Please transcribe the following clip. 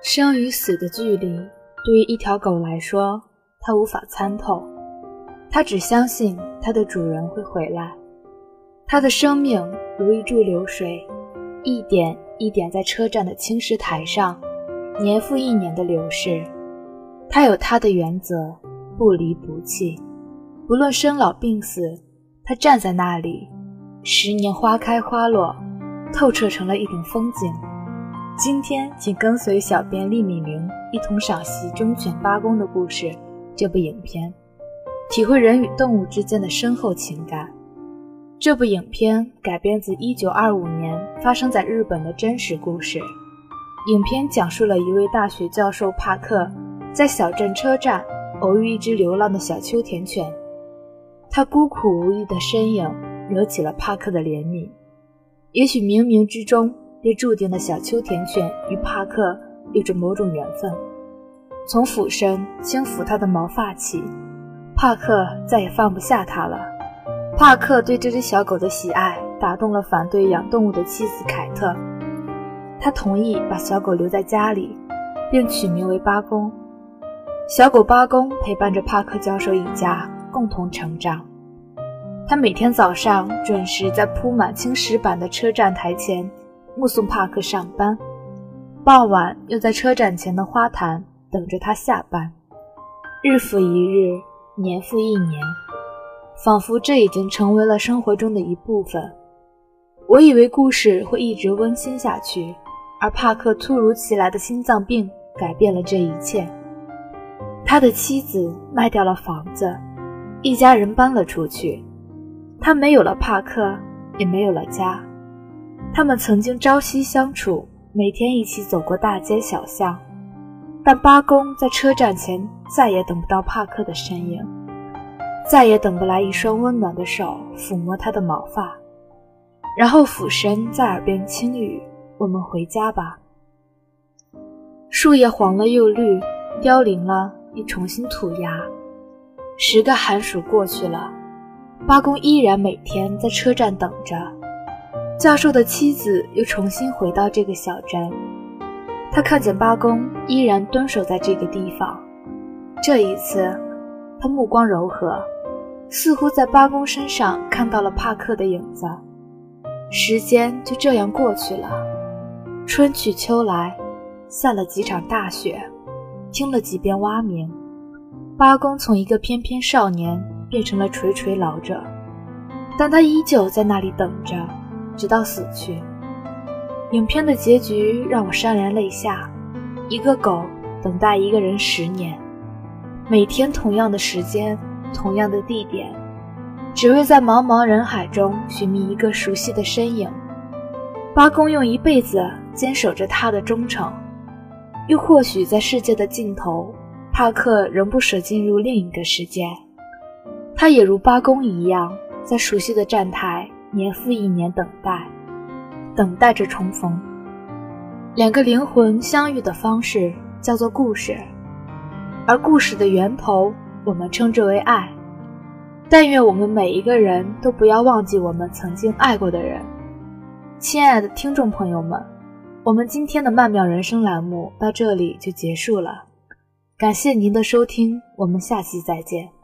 生与死的距离，对于一条狗来说，它无法参透。它只相信它的主人会回来。它的生命如一柱流水，一点一点在车站的青石台上，年复一年的流逝。它有它的原则，不离不弃。不论生老病死，它站在那里，10年花开花落，透彻成了一种风景。今天请跟随小编厉敏玲一同赏析《忠犬八公的故事》这部影片，体会人与动物之间的深厚情感。这部影片改编自1925年发生在日本的真实故事。影片讲述了一位大学教授帕克在小镇车站偶遇一只流浪的小秋田犬，他孤苦无依的身影惹起了帕克的怜悯。也许冥冥之中便注定了小秋田犬与帕克有着某种缘分。从俯身轻抚它的毛发起，帕克再也放不下它了。帕克对这只小狗的喜爱打动了反对养动物的妻子凯特，他同意把小狗留在家里，并取名为八公。小狗八公陪伴着帕克教授一家共同成长。他每天早上准时在铺满青石板的车站台前目送帕克上班，傍晚又在车站前的花坛等着他下班。日复一日，年复一年，仿佛这已经成为了生活中的一部分。我以为故事会一直温馨下去，而帕克突如其来的心脏病改变了这一切。他的妻子卖掉了房子，一家人搬了出去。他没有了帕克，也没有了家。他们曾经朝夕相处，每天一起走过大街小巷，但八公在车站前再也等不到帕克的身影，再也等不来一双温暖的手抚摸他的毛发，然后俯身在耳边轻语：我们回家吧。树叶黄了又绿，凋零了又重新吐芽。10个寒暑过去了，八公依然每天在车站等着。教授的妻子又重新回到这个小镇，他看见八公依然蹲守在这个地方。这一次他目光柔和，似乎在八公身上看到了帕克的影子。时间就这样过去了，春去秋来，下了几场大雪，听了几遍蛙鸣，八公从一个翩翩少年变成了垂垂老者，但他依旧在那里等着，直到死去。影片的结局让我潸然泪下，一个狗等待一个人10年，每天同样的时间，同样的地点，只为在茫茫人海中寻觅一个熟悉的身影。八公用一辈子坚守着他的忠诚，又或许在世界的尽头，帕克仍不舍进入另一个世界。他也如八公一样，在熟悉的站台年复一年等待着重逢。2个灵魂相遇的方式叫做故事，而故事的源头我们称之为爱。但愿我们每一个人都不要忘记我们曾经爱过的人。亲爱的听众朋友们，我们今天的曼妙人生栏目到这里就结束了，感谢您的收听，我们下期再见。